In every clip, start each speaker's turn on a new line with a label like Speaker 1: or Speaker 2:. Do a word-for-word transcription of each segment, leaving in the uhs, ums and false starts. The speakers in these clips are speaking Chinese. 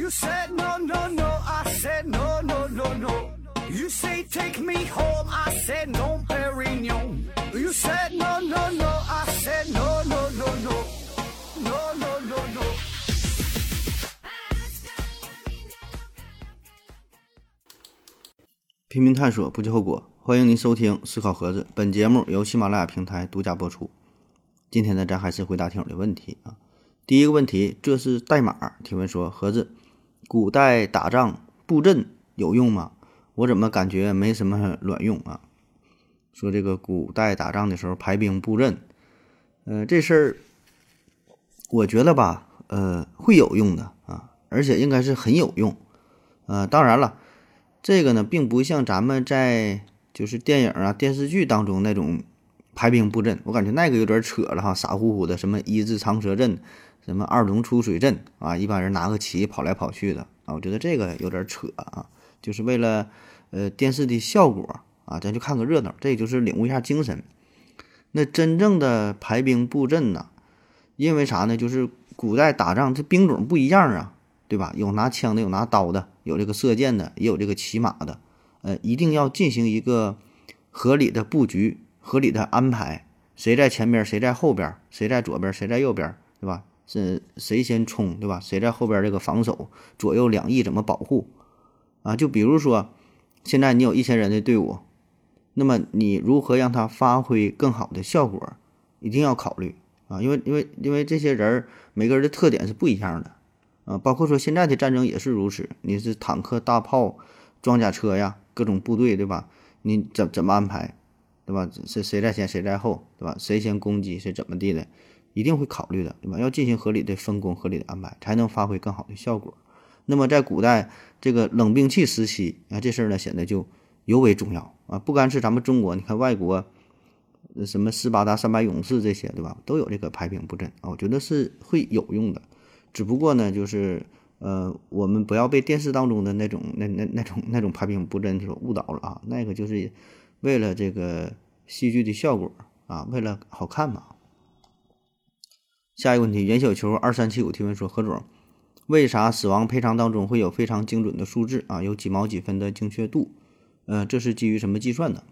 Speaker 1: said no no no, I said no no no no. You say take me home, I said no, Perignon. You said no no no, I said no no no no, no no no no.
Speaker 2: 拼命探索，不计后果。欢迎您收听思考盒子，本节目由喜马拉雅平台独家播出。今天呢，咱还是回答听友的问题啊。第一个问题，这是代码提问说，盒子，古代打仗布阵有用吗？我怎么感觉没什么卵用啊？说这个古代打仗的时候排兵布阵，呃，这事儿我觉得吧，呃，会有用的啊，而且应该是很有用。呃，当然了，这个呢，并不像咱们在就是电影啊、电视剧当中那种排兵布阵，我感觉那个有点扯了哈，傻乎乎的，什么一字长蛇阵，什么二龙出水阵啊，一般人拿个旗跑来跑去的啊，我觉得这个有点扯啊，就是为了呃电视的效果啊，咱就看个热闹，这就是领悟一下精神。那真正的排兵布阵呢，因为啥呢？就是古代打仗这兵种不一样啊，对吧？有拿枪的，有拿刀的，有这个射箭的，也有这个骑马的，呃，一定要进行一个合理的布局、合理的安排，谁在前边，谁在后边，谁在左边，谁在右边，对吧？是谁先冲，对吧？谁在后边这个防守，左右两翼怎么保护啊？就比如说，现在你有一千人的队伍，那么你如何让他发挥更好的效果，一定要考虑啊，因为因为因为这些人每个人的特点是不一样的啊，包括说现在的战争也是如此，你是坦克、大炮、装甲车呀，各种部队，对吧？你怎怎么安排，对吧？是谁在前，谁在后，对吧？谁先攻击，谁怎么地的，一定会考虑的，对吧？要进行合理的分工、合理的安排，才能发挥更好的效果。那么在古代这个冷兵器时期啊，这事儿呢显得就尤为重要啊！不单是咱们中国，你看外国，什么斯巴达三百勇士这些，对吧？都有这个排兵布阵啊，我觉得是会有用的。只不过呢，就是呃，我们不要被电视当中的那种那那那种那种排兵布阵所误导了啊！那个就是为了这个戏剧的效果啊，为了好看嘛。下一个问题，袁小球二三七五提问说，何总，为啥死亡赔偿当中会有非常精准的数字啊？有几毛几分的精确度？呃，这是基于什么计算的？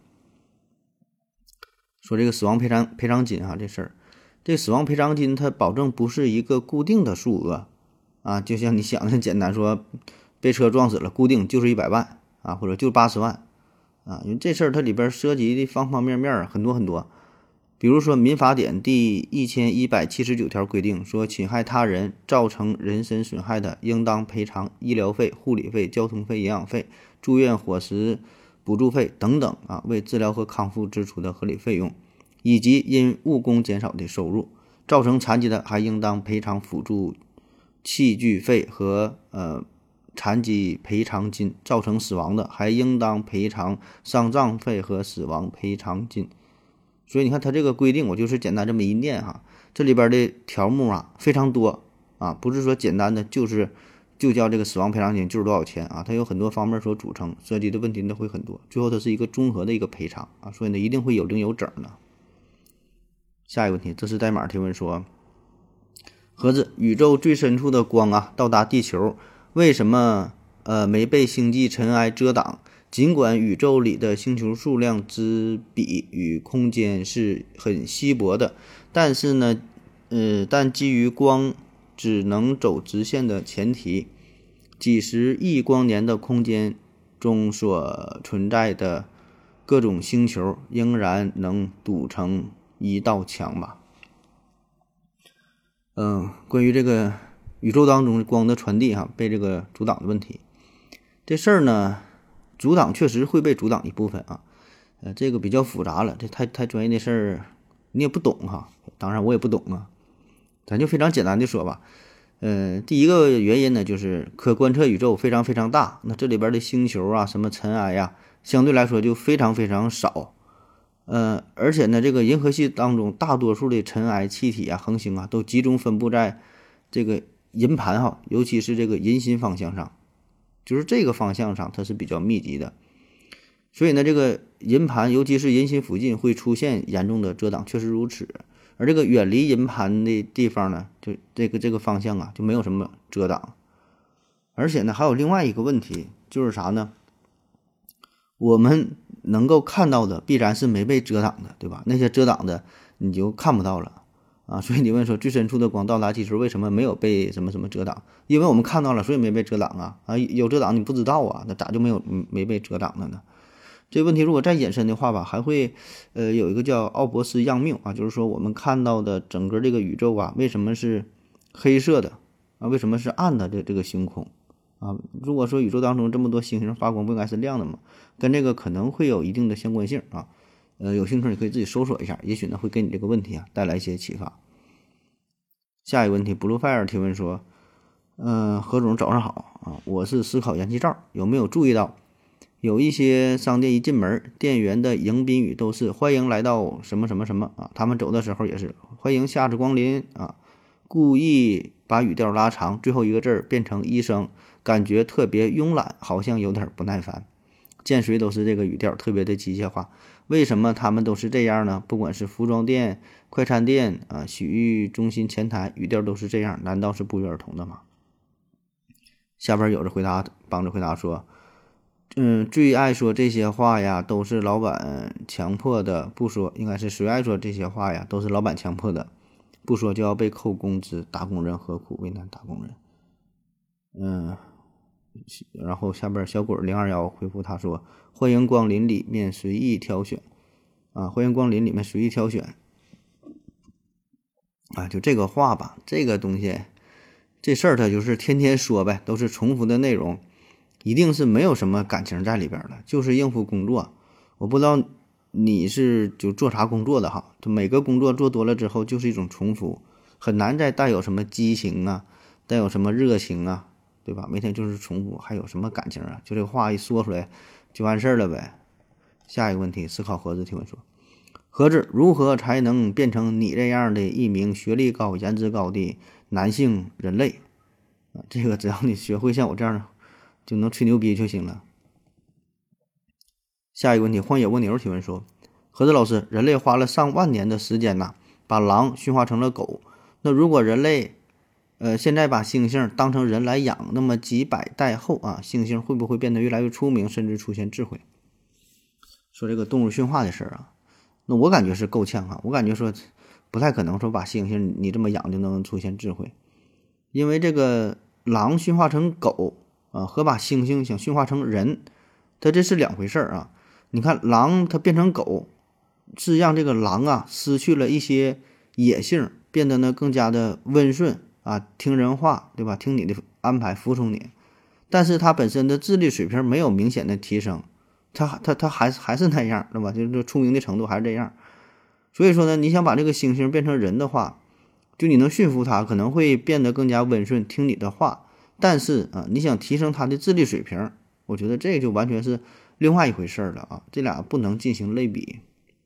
Speaker 2: 说这个死亡赔偿赔偿金啊，这事儿，这死亡赔偿金它保证不是一个固定的数额啊，就像你想的简单，说被车撞死了，固定就是一百万啊，或者就八十万啊，因为这事儿它里边涉及的方方面面很多很多。比如说民法典第一千一百七十九条规定说，侵害他人造成人身损害的，应当赔偿医疗费、护理费、交通费、营养费、住院伙食补助费等等啊，为治疗和康复支出的合理费用，以及因误工减少的收入。造成残疾的，还应当赔偿辅助器具费和呃残疾赔偿金；造成死亡的，还应当赔偿丧葬费和死亡赔偿金。所以你看它这个规定，我就是简单这么一念哈，这里边的条目啊非常多啊，不是说简单的就是就叫这个死亡赔偿金就是多少钱啊，它有很多方面所组成，涉及的问题呢会很多，最后它是一个综合的一个赔偿啊，所以呢一定会有零有整的。下一个问题，这是代码提问说，盒子，宇宙最深处的光啊到达地球，为什么呃没被星际尘埃遮挡？尽管宇宙里的星球数量之比与空间是很稀薄的，但是呢，呃，但基于光只能走直线的前提，几十亿光年的空间中所存在的各种星球仍然能堵成一道墙吧。嗯、呃，关于这个宇宙当中光的传递哈被这个阻挡的问题，这事儿呢，阻挡确实会被阻挡一部分啊，呃，这个比较复杂了，这太太专业的事儿你也不懂哈，当然我也不懂啊，咱就非常简单的说吧，呃，第一个原因呢，就是可观测宇宙非常非常大，那这里边的星球啊，什么尘埃呀、啊，相对来说就非常非常少，呃，而且呢，这个银河系当中大多数的尘埃、气体啊、恒星啊，都集中分布在这个银盘哈，尤其是这个银心方向上。就是这个方向上它是比较密集的，所以呢这个银盘尤其是银心附近会出现严重的遮挡，确实如此。而这个远离银盘的地方呢，就这个这个方向啊就没有什么遮挡。 而且呢，还有另外一个问题，就是啥呢？我们能够看到的必然是没被遮挡的，对吧？那些遮挡的你就看不到了啊。所以你问说最深处的光到达地球为什么没有被什么什么遮挡？因为我们看到了，所以没被遮挡啊啊！有遮挡你不知道啊，那咋就没有没被遮挡了呢？这个问题如果再延伸的话吧，还会呃有一个叫奥伯斯样命啊，就是说我们看到的整个这个宇宙啊，为什么是黑色的啊？为什么是暗的这这个星空？啊，如果说宇宙当中这么多星星发光，不应该是亮的吗？跟这个可能会有一定的相关性啊。呃，有兴趣你可以自己搜索一下，也许呢会给你这个问题啊带来一些启发。下一个问题 ，Blue Fire 提问说，嗯、呃，何总早上好啊，我是思考燃气灶，有没有注意到有一些商店一进门，店员的迎宾语都是欢迎来到什么什么什么啊，他们走的时候也是欢迎下次光临啊，故意把语调拉长，最后一个字儿变成一声。感觉特别慵懒，好像有点不耐烦。见谁都是这个语调，特别的机械化。为什么他们都是这样呢？不管是服装店、快餐店啊、洗浴中心前台，语调都是这样，难道是不约而同的吗？下边有着回答，帮着回答说，嗯，最爱说这些话呀，都是老板强迫的，不说应该是谁爱说这些话呀，都是老板强迫的，不说就要被扣工资，打工人何苦为难打工人？嗯。然后下边小鬼零二幺回复他说：“欢迎光临，里面随意挑选啊！欢迎光临，里面随意挑选啊！就这个话吧，这个东西，这事儿他就是天天说呗，都是重复的内容，一定是没有什么感情在里边的，就是应付工作。我不知道你是就做啥工作的哈，就每个工作做多了之后就是一种重复，很难再带有什么激情啊，带有什么热情啊。”对吧？每天就是重复，还有什么感情啊？就这个话一说出来就完事儿了呗。下一个问题，思考盒子提问说：盒子如何才能变成你这样的一名学历高、颜值高的男性人类啊？这个只要你学会像我这样就能吹牛逼就行了。下一个问题，荒野蜗牛提问说：盒子老师，人类花了上万年的时间呐、啊，把狼驯化成了狗。那如果人类呃，现在把猩猩当成人来养，那么几百代后啊，猩猩会不会变得越来越出名，甚至出现智慧？说这个动物驯化的事儿啊，那我感觉是够呛啊，我感觉说不太可能说把猩猩你这么养就能出现智慧，因为这个狼驯化成狗啊，和把猩猩想驯化成人，它这是两回事儿啊。你看狼它变成狗，是让这个狼啊失去了一些野性，变得呢更加的温顺。啊，听人话，对吧？听你的安排，服从你，但是他本身的智力水平没有明显的提升，他他他还还是那样，对吧？就是出名的程度还是这样。所以说呢，你想把这个猩猩变成人的话，就你能驯服它，可能会变得更加温顺，听你的话。但是啊，你想提升它的智力水平，我觉得这就完全是另外一回事了啊，这俩不能进行类比。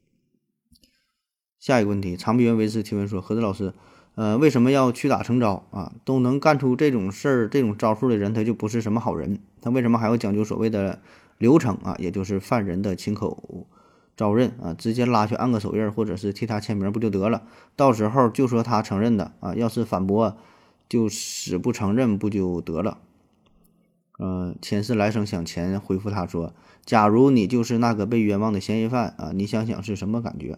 Speaker 2: 下一个问题，长臂猿维斯提问说：何子老师。呃，为什么要屈打成招啊？都能干出这种事儿、这种招数的人，他就不是什么好人。他为什么还要讲究所谓的流程啊？也就是犯人的亲口招认啊，直接拉去按个手印，或者是替他签名不就得了？到时候就说他承认的啊，要是反驳，就死不承认不就得了？呃，前世来生想前回复他说：假如你就是那个被冤枉的嫌疑犯啊，你想想是什么感觉？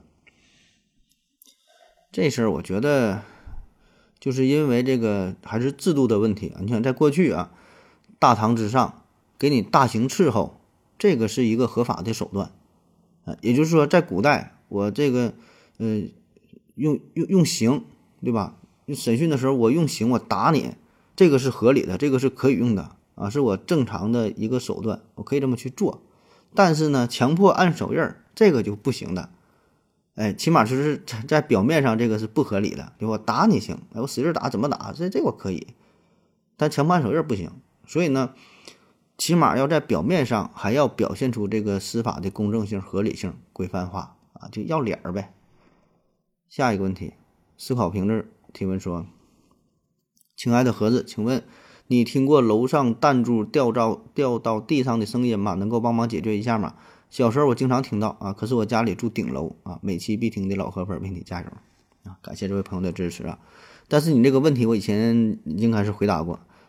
Speaker 2: 这事儿我觉得。就是因为这个还是制度的问题啊！你想在过去啊，大堂之上给你大刑伺候，这个是一个合法的手段啊。也就是说，在古代，我这个呃用用用刑，对吧？审讯的时候我用刑，我打你，这个是合理的，这个是可以用的啊，是我正常的一个手段，我可以这么去做。但是呢，强迫按手印儿，这个就不行的。哎，起码就是在表面上这个是不合理的，对吧？我打你行，哎，我使劲打怎么打？这这我可以，但强迫按手印不行。所以呢，起码要在表面上还要表现出这个司法的公正性、合理性、规范化啊，就要脸儿呗。下一个问题，思考瓶子提问说：亲爱的盒子，请问你听过楼上弹珠掉到掉到地上的声音吗？能够帮忙解决一下吗？小时候我经常听到啊，可是我家里住顶楼啊，每期必听的老河粉为你加油啊！感谢这位朋友的支持啊！但是你这个问题我以前应该是回答过，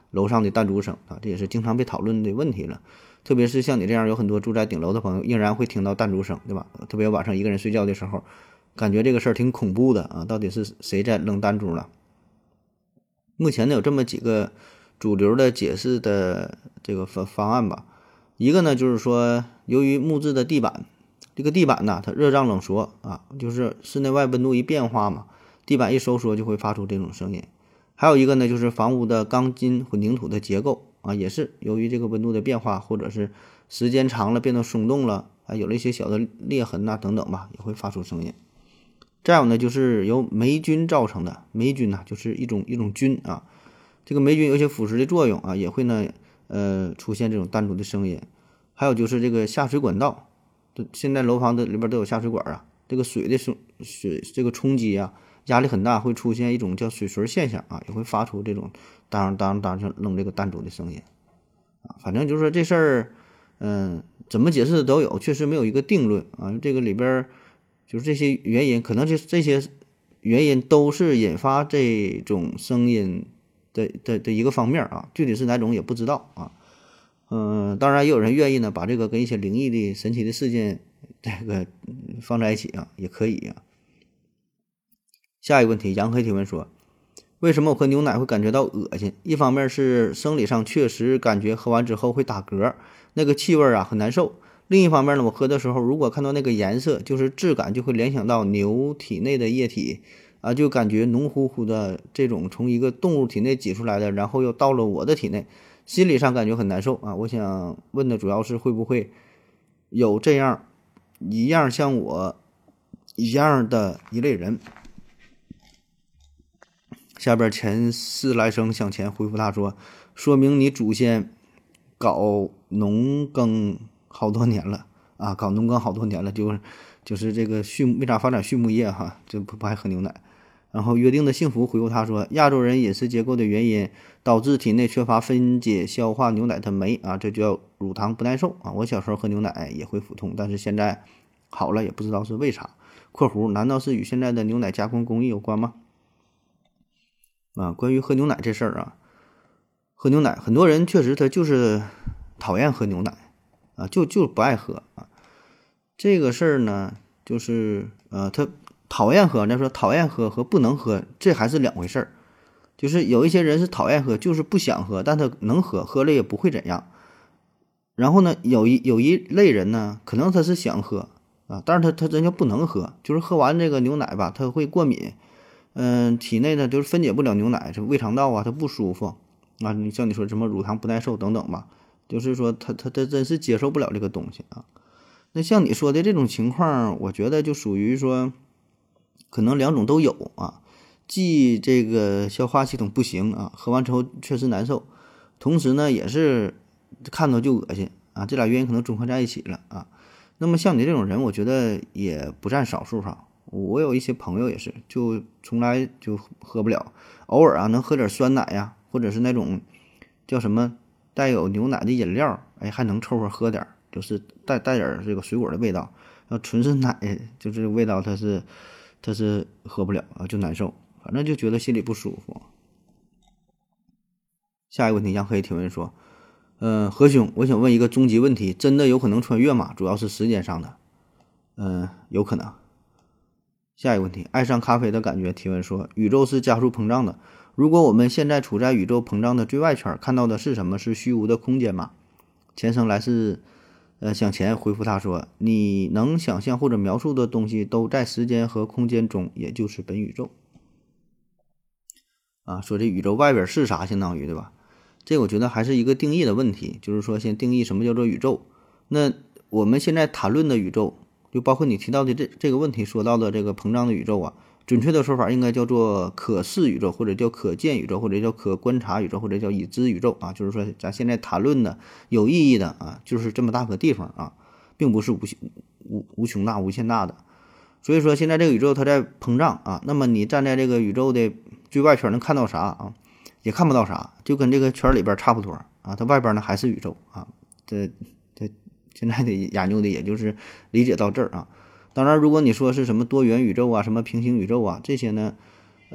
Speaker 2: 楼上的弹珠声啊，这也是经常被讨论的问题了。特别是像你这样有很多住在顶楼的朋友，仍然会听到弹珠声，对吧？特别晚上一个人睡觉的时候，感觉这个事儿挺恐怖的啊！到底是谁在扔弹珠了？目前呢有这么几个主流的解释的这个方方案吧。一个呢就是说，由于木质的地板，这个地板呢它热胀冷缩啊，就是室内外温度一变化嘛，地板一收缩就会发出这种声音。还有一个呢就是房屋的钢筋混凝土的结构啊，也是由于这个温度的变化，或者是时间长了变得松动了啊，有了一些小的裂痕呐、啊、等等吧，也会发出声音。再有呢就是由霉菌造成的，霉菌呢、啊、就是一种一种菌啊，这个霉菌有些腐蚀的作用啊，也会呢呃出现这种弹珠的声音。还有就是这个下水管道，现在楼房的里边都有下水管啊，这个水的水水这个冲击啊，压力很大，会出现一种叫水锤现象啊，也会发出这种当当当像扔这个弹珠的声音啊。反正就是说这事儿，嗯，怎么解释的都有，确实没有一个定论啊。这个里边就是这些原因，可能这这些原因都是引发这种声音的的的一个方面啊，具体是哪种也不知道啊。嗯，当然也有人愿意呢，把这个跟一些灵异的、神奇的事件这个放在一起啊，也可以啊。下一个问题，杨黑提问说，为什么我喝牛奶会感觉到恶心？一方面是生理上确实感觉喝完之后会打嗝，那个气味啊很难受。另一方面呢，我喝的时候如果看到那个颜色，就是质感，就会联想到牛体内的液体啊，就感觉浓乎乎的这种从一个动物体内挤出来的，然后又到了我的体内。心理上感觉很难受啊！我想问的主要是会不会有这样一样像我一样的一类人。下边前世来生向前回复他说，说明你祖先搞农耕好多年了啊，搞农耕好多年了，就是就是这个畜为啥发展畜牧业哈，就不不爱喝牛奶。然后约定的幸福回复他说，亚洲人饮食结构的原因导致体内缺乏分解消化牛奶的酶啊，这就叫乳糖不耐受啊。我小时候喝牛奶也会腹痛，但是现在好了，也不知道是为啥。括弧难道是与现在的牛奶加工工艺有关吗？啊，关于喝牛奶这事儿啊，喝牛奶很多人确实他就是讨厌喝牛奶啊，就就不爱喝啊。这个事儿呢，就是呃他讨厌喝，那说讨厌喝和不能喝，这还是两回事儿。就是有一些人是讨厌喝，就是不想喝，但他能喝，喝了也不会怎样。然后呢，有一有一类人呢，可能他是想喝啊，但是他他真就不能喝，就是喝完这个牛奶吧，他会过敏，嗯、呃，体内呢就是分解不了牛奶，这胃肠道啊，他不舒服啊。你像你说什么乳糖不耐受等等吧，就是说他他他真是接受不了这个东西啊。那像你说的这种情况，我觉得就属于说。可能两种都有啊，既这个消化系统不行啊，喝完之后确实难受，同时呢也是看到就恶心啊，这俩原因可能综合在一起了啊。那么像你这种人，我觉得也不占少数哈。我有一些朋友也是，就从来就喝不了，偶尔啊能喝点酸奶呀，或者是那种叫什么带有牛奶的饮料，哎还能凑合喝点，就是带带点这个水果的味道。要纯是奶，就这个味道它是。他是喝不了啊，就难受，反正就觉得心里不舒服。下一个问题，杨黑提问说，嗯、呃，何兄，我想问一个终极问题，真的有可能穿越吗？主要是时间上的，嗯、呃，有可能。下一个问题，爱上咖啡的感觉提问说，宇宙是加速膨胀的，如果我们现在处在宇宙膨胀的最外圈，看到的是什么？是虚无的空间吗？前生来世。呃，向前回复他说，你能想象或者描述的东西都在时间和空间中，也就是本宇宙啊。说这宇宙外边是啥，相当于对吧？这个我觉得还是一个定义的问题，就是说先定义什么叫做宇宙。那我们现在谈论的宇宙，就包括你提到的这这个问题说到的这个膨胀的宇宙啊，准确的说法应该叫做可视宇宙，或者叫可见宇宙，或者叫可观察宇宙，或者叫已知宇宙啊。就是说咱现在谈论的有意义的啊，就是这么大个地方啊，并不是无无无穷大无限大的。所以说现在这个宇宙它在膨胀啊，那么你站在这个宇宙的最外圈能看到啥啊？也看不到啥，就跟这个圈里边差不多啊。它外边呢还是宇宙啊。这这现在的研究的也就是理解到这儿啊。当然，如果你说是什么多元宇宙啊，什么平行宇宙啊，这些呢，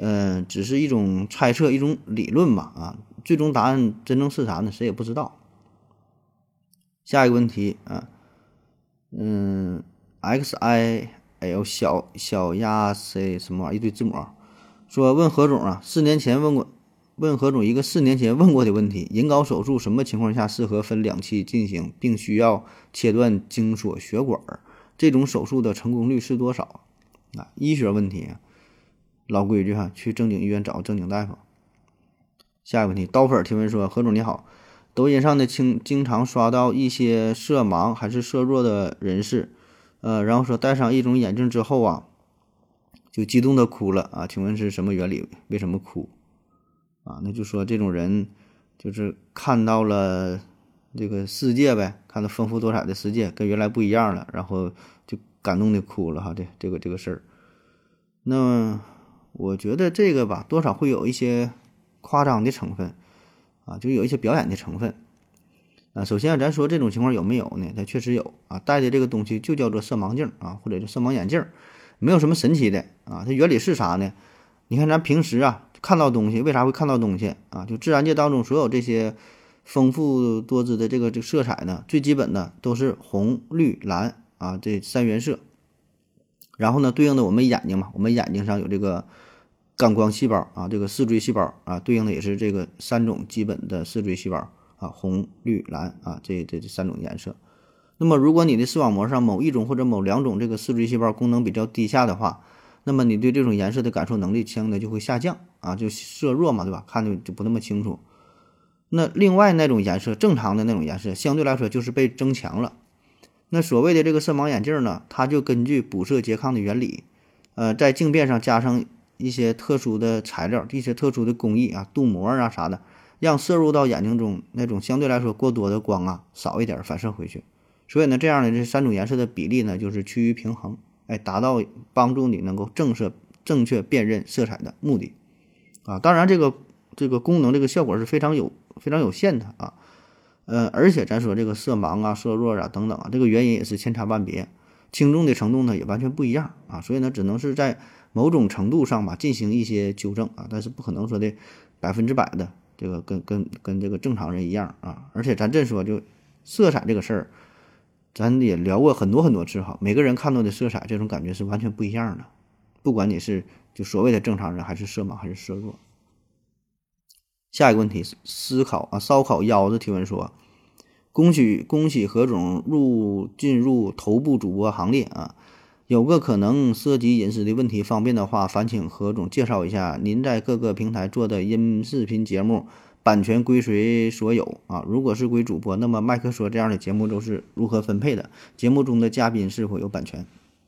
Speaker 2: 呃，只是一种猜测，一种理论吧啊，最终答案真正是啥呢？谁也不知道。下一个问题啊，嗯 ，X I L 小小鸭 C 什么玩意儿一堆字母啊，说问何总啊，四年前问过。问何总一个四年前问过的问题：银睾手术什么情况下适合分两期进行，并需要切断精索血管？这种手术的成功率是多少？啊，医学问题，老规矩哈，去正经医院找正经大夫。下一个问题，刀粉提问说：何总你好，抖音上的经经常刷到一些色盲还是色弱的人士，呃，然后说戴上一种眼镜之后啊，就激动的哭了啊，请问是什么原理？为什么哭？啊，那就说这种人就是看到了这个世界呗，看到丰富多彩的世界跟原来不一样了，然后就感动的哭了哈，这这个这个事儿。那我觉得这个吧，多少会有一些夸张的成分啊，就有一些表演的成分啊。首先咱说这种情况有没有呢？它确实有啊，戴的这个东西就叫做色盲镜啊，或者叫色盲眼镜，没有什么神奇的啊。它原理是啥呢？你看咱平时啊看到东西，为啥会看到东西啊？就自然界当中所有这些丰富多姿的这个这个色彩呢，最基本的都是红绿蓝啊这三原色。然后呢，对应的我们眼睛嘛，我们眼睛上有这个感光细胞啊，这个视锥细胞啊，对应的也是这个三种基本的视锥细胞啊，红绿蓝啊这这这三种颜色。那么如果你的视网膜上某一种或者某两种这个视锥细胞功能比较低下的话，那么你对这种颜色的感受能力相对就会下降啊，就色弱嘛，对吧？看的就不那么清楚。那另外那种颜色，正常的那种颜色，相对来说就是被增强了。那所谓的这个色盲眼镜呢，它就根据补色拮抗的原理，呃，在镜片上加上一些特殊的材料，一些特殊的工艺啊，镀膜啊啥的，让摄入到眼睛中那种相对来说过多的光啊少一点反射回去。所以呢，这样的这三种颜色的比例呢，就是趋于平衡。哎，达到帮助你能够正色正确辨认色彩的目的啊！当然，这个这个功能这个效果是非常有非常有限的啊。呃，而且咱说这个色盲啊、色弱啊等等啊，这个原因也是千差万别，轻重的程度呢也完全不一样啊。所以呢，只能是在某种程度上吧进行一些纠正啊，但是不可能说的百分之百的这个跟跟跟这个正常人一样啊。而且咱这说就色彩这个事儿。咱也聊过很多很多次哈，每个人看到的色彩这种感觉是完全不一样的，不管你是就所谓的正常人还是色盲还是色弱。下一个问题是思考啊，烧烤腰子提问说，恭喜恭喜何总入进入头部主播行列啊，有个可能涉及隐私的问题，方便的话烦请何总介绍一下您在各个平台做的音视频节目版权归谁所有啊？如果是归主播，那么麦克说这样的节目都是如何分配的？节目中的嘉宾是否有版权？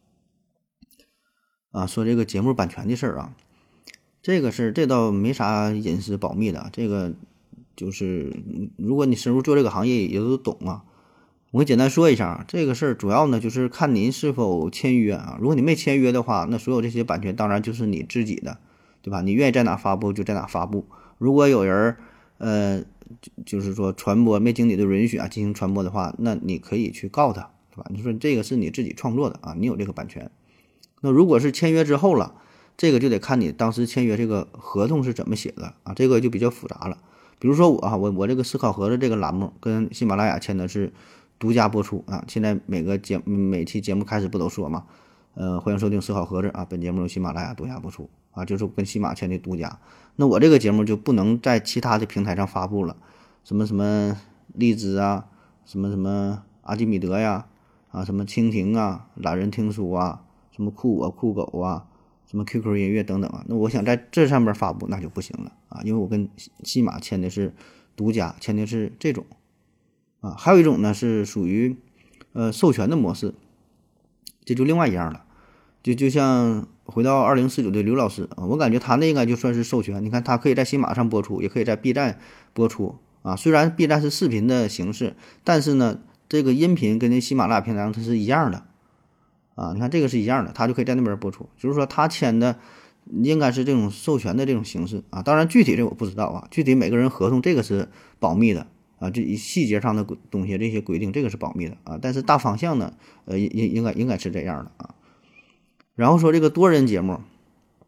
Speaker 2: 啊，说这个节目版权的事儿啊，这个事儿这倒没啥隐私保密的，这个就是如果你深入做这个行业也都懂啊。我给简单说一下啊，这个事儿主要呢就是看您是否签约啊。如果你没签约的话，那所有这些版权当然就是你自己的，对吧？你愿意在哪发布就在哪发布。如果有人呃，就就是说传播没经你的允许啊，进行传播的话，那你可以去告他，对吧？你说这个是你自己创作的啊，你有这个版权。那如果是签约之后了，这个就得看你当时签约这个合同是怎么写的啊，这个就比较复杂了。比如说我啊，我我这个思考盒子这个栏目跟喜马拉雅签的是独家播出啊，现在每个节每期节目开始不都说嘛，呃，欢迎收听思考盒子啊，本节目由喜马拉雅独家播出啊，就是跟喜马签的独家。那我这个节目就不能在其他的平台上发布了，什么什么荔枝啊，什么什么阿基米德呀，啊，什么蜻蜓啊，懒人听书啊，什么酷我酷狗啊，什么 Q Q 音乐等等啊，那我想在这上面发布那就不行了啊，因为我跟喜马签的是独家，签的是这种啊。还有一种呢是属于呃授权的模式，这就另外一样了。就就像回到二零四九的刘老师啊，我感觉他那应该就算是授权。你看他可以在喜马上播出，也可以在 B 站播出啊。虽然 B 站是视频的形式，但是呢，这个音频跟那喜马拉雅平台上它是一样的啊。你看这个是一样的，他就可以在那边播出。就是说他签的应该是这种授权的这种形式啊。当然具体这我不知道啊，具体每个人合同这个是保密的啊，这一细节上的东西这些规定这个是保密的啊。但是大方向呢，呃，应应该应该是这样的啊。然后说这个多人节目，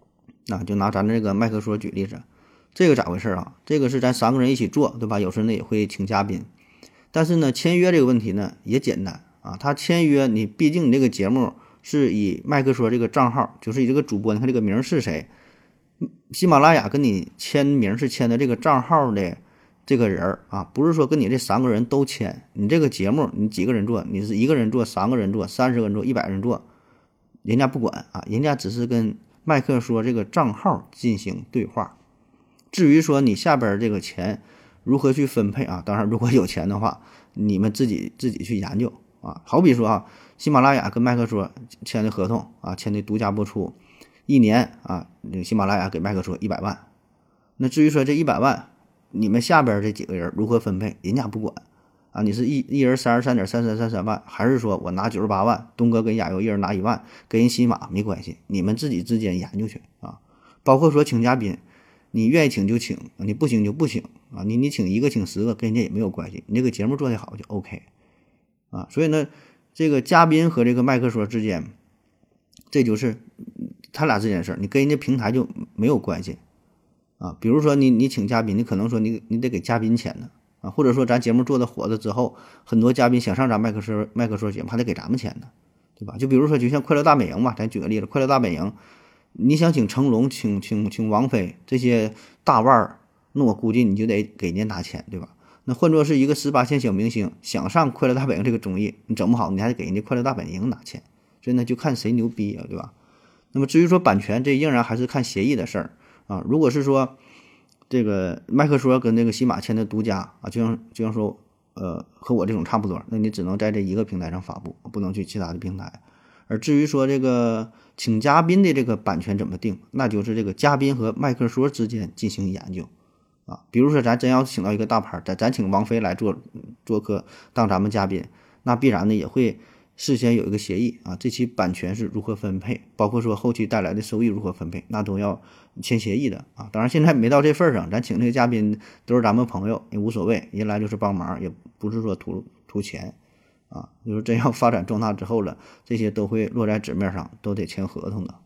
Speaker 2: 那就拿咱这个麦克说举例子，这个咋回事啊？这个是咱三个人一起做，对吧？有时呢也会请嘉宾，但是呢签约这个问题呢也简单啊。他签约你，毕竟你这个节目是以麦克说这个账号，就是以这个主播，你看这个名是谁，喜马拉雅跟你签名是签的这个账号的这个人啊，不是说跟你这三个人都签。你这个节目你几个人做，你是一个人做、三个人做、三十个人做、一百人做，人家不管啊，人家只是跟麦克说这个账号进行对话。至于说你下边这个钱如何去分配啊，当然如果有钱的话，你们自己自己去研究啊。好比说啊，喜马拉雅跟麦克说签的合同啊，签的独家播出，一年啊，喜马拉雅给麦克说一百万。那至于说这一百万，你们下边这几个人如何分配，人家不管啊。你是一一人三十三点三三三三万，还是说我拿九十八万，东哥跟亚优一人拿一万，给人喜马没关系，你们自己之间研究去啊。包括说请嘉宾，你愿意请就请，你不请就不请啊。你你请一个请十个跟人家也没有关系，你这个节目做得好就 OK 啊。所以呢，这个嘉宾和这个麦克说之间，这就是他俩这件事儿，你跟人家平台就没有关系啊。比如说你你请嘉宾，你可能说你你得给嘉宾钱呢啊，或者说咱节目做的火了之后，很多嘉宾想上咱麦克说麦克说节目，还得给咱们钱呢，对吧？就比如说就像快乐大本营吧，咱举个例子，快乐大本营，你想请成龙、请请请王菲这些大腕儿，那我估计你就得给人家拿钱，对吧？那换作是一个十八线小明星想上快乐大本营这个综艺，你整不好你还得给人家快乐大本营拿钱，所以呢就看谁牛逼啊，对吧？那么至于说版权，这仍然还是看协议的事儿啊。如果是说这个麦克说跟那个喜马签的独家啊，就像就像说呃和我这种差不多，那你只能在这一个平台上发布，不能去其他的平台。而至于说这个请嘉宾的这个版权怎么定，那就是这个嘉宾和麦克说之间进行研究啊。比如说咱真要请到一个大牌，咱咱请王菲来做做客当咱们嘉宾，那必然呢也会事先有一个协议啊，这期版权是如何分配，包括说后期带来的收益如何分配，那都要签协议的啊。当然现在没到这份上，咱请这个嘉宾都是咱们朋友也无所谓，人来就是帮忙，也不是说图图钱啊。就是真要发展壮大之后了，这些都会落在纸面上，都得签合同的。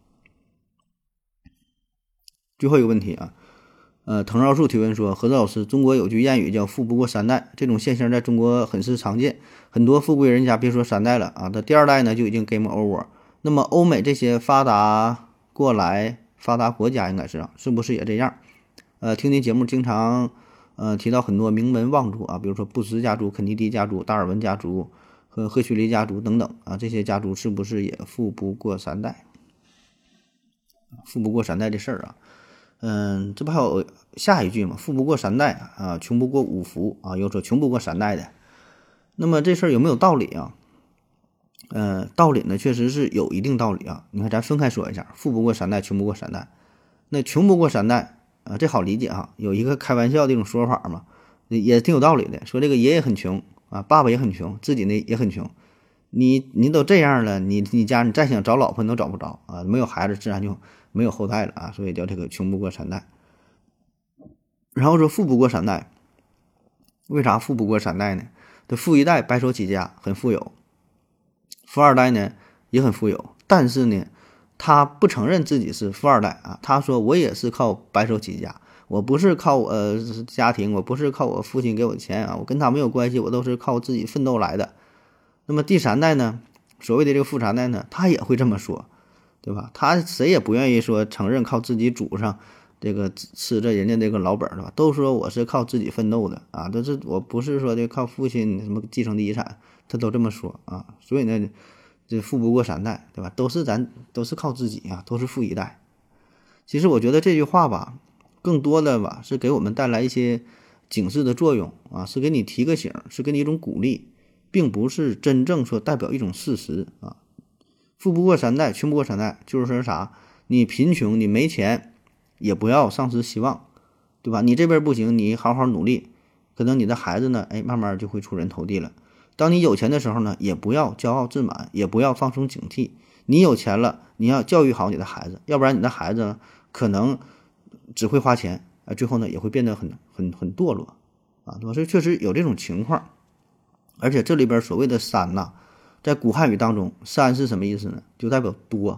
Speaker 2: 最后一个问题啊，呃，藤绕树提问说，何子老师，中国有句谚语叫富不过三代，这种现象在中国很是常见，很多富贵人家别说三代了啊，他第二代呢就已经 game over。那么欧美这些发达过来发达国家应该是啊，是不是也这样？呃，听您节目经常呃提到很多名门望族啊，比如说布什家族、肯尼迪家族、达尔文家族和赫胥黎家族等等啊，这些家族是不是也富不过三代？富不过三代这事儿啊。嗯，这不还有下一句嘛？富不过三代啊，穷不过五福啊，又说穷不过三代的。那么这事儿有没有道理啊？呃，道理呢确实是有一定道理啊。你看，咱分开说一下，富不过三代，穷不过三代。那穷不过三代啊，这好理解哈，有一个开玩笑的一种说法嘛，也挺有道理的。说这个爷爷很穷啊，爸爸也很穷，自己呢也很穷。你你都这样了，你你家你再想找老婆你都找不着啊，没有孩子自然就没有后代了啊，所以叫这个穷不过三代。然后说富不过三代，为啥富不过三代呢？这富一代白手起家很富有，富二代呢也很富有，但是呢他不承认自己是富二代啊，他说我也是靠白手起家，我不是靠我、呃、家庭，我不是靠我父亲给我钱啊，我跟他没有关系，我都是靠自己奋斗来的。那么第三代呢，所谓的这个富三代呢，他也会这么说，对吧？他谁也不愿意说承认靠自己祖上这个吃着人家这个老本，对吧？都说我是靠自己奋斗的啊，都是我不是说这靠父亲什么继承的遗产，他都这么说啊。所以呢，这富不过三代，对吧？都是咱都是靠自己啊，都是富一代。其实我觉得这句话吧，更多的吧是给我们带来一些警示的作用啊，是给你提个醒，是给你一种鼓励。并不是真正说代表一种事实啊，富不过三代，穷不过三代，就是说啥？你贫穷，你没钱，也不要丧失希望，对吧？你这边不行，你好好努力，可能你的孩子呢，哎，慢慢就会出人头地了。当你有钱的时候呢，也不要骄傲自满，也不要放松警惕。你有钱了，你要教育好你的孩子，要不然你的孩子呢，可能只会花钱，啊，最后呢也会变得很很很堕落啊，对吧？所以确实有这种情况。而且这里边所谓的三呐，在古汉语当中，三是什么意思呢？就代表多，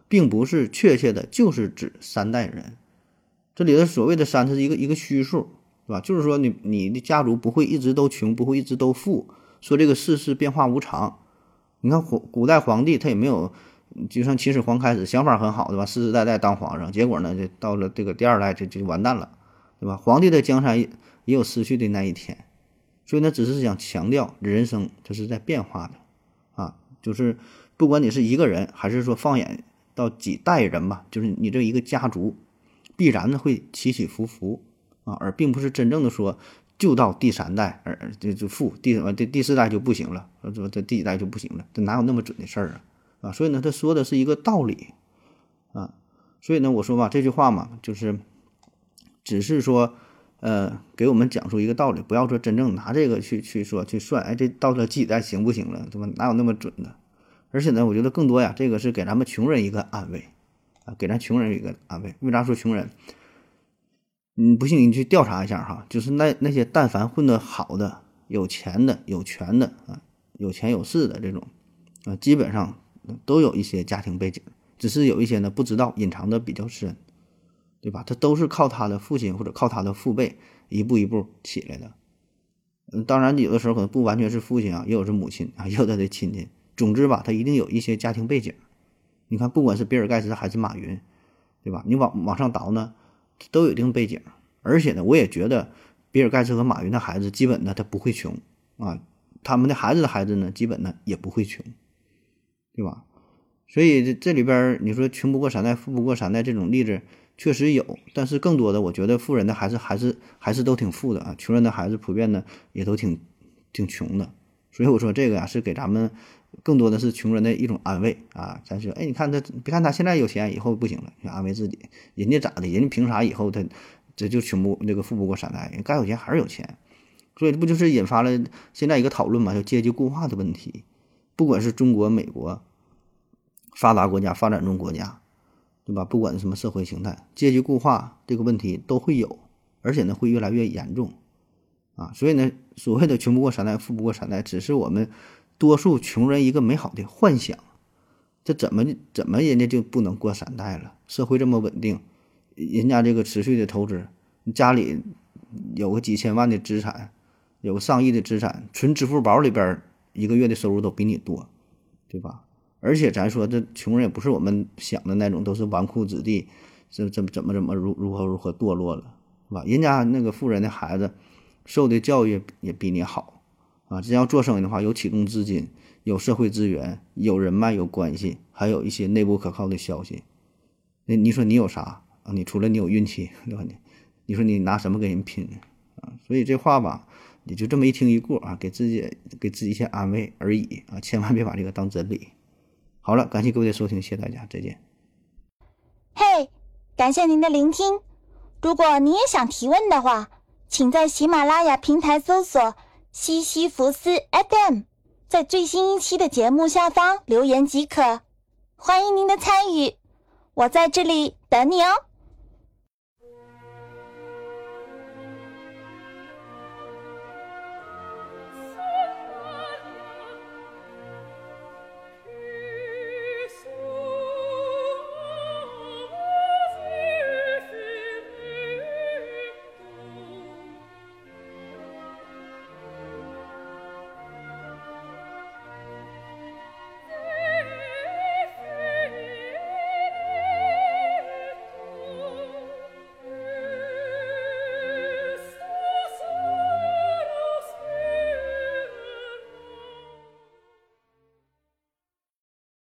Speaker 2: 并不是确切的就是指三代人。这里的所谓的三，它是一个一个虚数，对吧？就是说你你的家族不会一直都穷，不会一直都富，说这个世事变化无常。你看古古代皇帝他也没有，就像秦始皇开始想法很好，对吧？世世代代当皇上，结果呢，就到了这个第二代就就完蛋了，对吧？皇帝的江山也也有失去的那一天，所以呢，只是想强调人生它是在变化的啊，就是不管你是一个人，还是说放眼到几代人吧，就是你这一个家族，必然的会起起伏伏啊，而并不是真正的说就到第三代，而就就富第第第四代就不行了，说这第几代就不行了，这哪有那么准的事儿啊？啊，所以呢，他说的是一个道理啊，所以呢，我说嘛，这句话嘛，就是只是说，呃，给我们讲述一个道理，不要说真正拿这个去去说去算，哎，这到了几代行不行了，对吧？哪有那么准的？而且呢，我觉得更多呀，这个是给咱们穷人一个安慰啊，给咱穷人一个安慰。为啥说穷人？嗯，不信你去调查一下哈，就是那那些但凡混得好的、有钱的、有权的啊、有钱有势的这种啊，基本上都有一些家庭背景，只是有一些呢不知道，隐藏的比较深，对吧？他都是靠他的父亲或者靠他的父辈一步一步起来的。嗯，当然有的时候可能不完全是父亲啊，也有是母亲啊，也有他的亲戚。总之吧，他一定有一些家庭背景。你看，不管是比尔盖茨还是马云，对吧？你往往上倒呢，都有一定背景。而且呢，我也觉得比尔盖茨和马云的孩子基本呢他不会穷啊，他们的孩子的孩子呢基本呢也不会穷，对吧？所以这这里边你说穷不过三代，富不过三代这种例子确实有，但是更多的我觉得富人的孩子还是还是都挺富的啊，穷人的孩子普遍呢也都挺挺穷的。所以我说这个呀、啊、是给咱们更多的是穷人的一种安慰啊。咱说，哎，你看他，别看他现在有钱，以后不行了，就安慰自己。人家咋的？人家凭啥以后他这就穷不那个富不过三代？人该有钱还是有钱。所以这不就是引发了现在一个讨论嘛，叫阶级固化的问题。不管是中国、美国发达国家、发展中国家，对吧？不管什么社会形态，阶级固化这个问题都会有，而且呢会越来越严重啊。所以呢，所谓的穷不过三代，富不过三代，只是我们多数穷人一个美好的幻想。这怎么怎么人家就不能过三代了？社会这么稳定，人家这个持续的投资，家里有个几千万的资产，有个上亿的资产，纯支付宝里边一个月的收入都比你多，对吧？而且咱说这穷人也不是我们想的那种，都是纨绔子弟，这怎么怎么怎么如如何如何堕落了，是吧？人家那个富人的孩子受的教育也比你好啊，只要做生意的话，有启动资金，有社会资源，有人脉，有关系，还有一些内部可靠的消息。那你说你有啥啊？你除了你有运气，对吧？你你说你拿什么跟人拼呢？啊，所以这话吧，你就这么一听一过啊，给自己给自己一些安慰而已啊，千万别把这个当真理。好了，感谢各位的收听，谢谢大家，再见。
Speaker 3: 嘿，感谢您的聆听。如果你也想提问的话，请在喜马拉雅平台搜索西西弗斯 F M， 在最新一期的节目下方留言即可。欢迎您的参与，我在这里等你哦。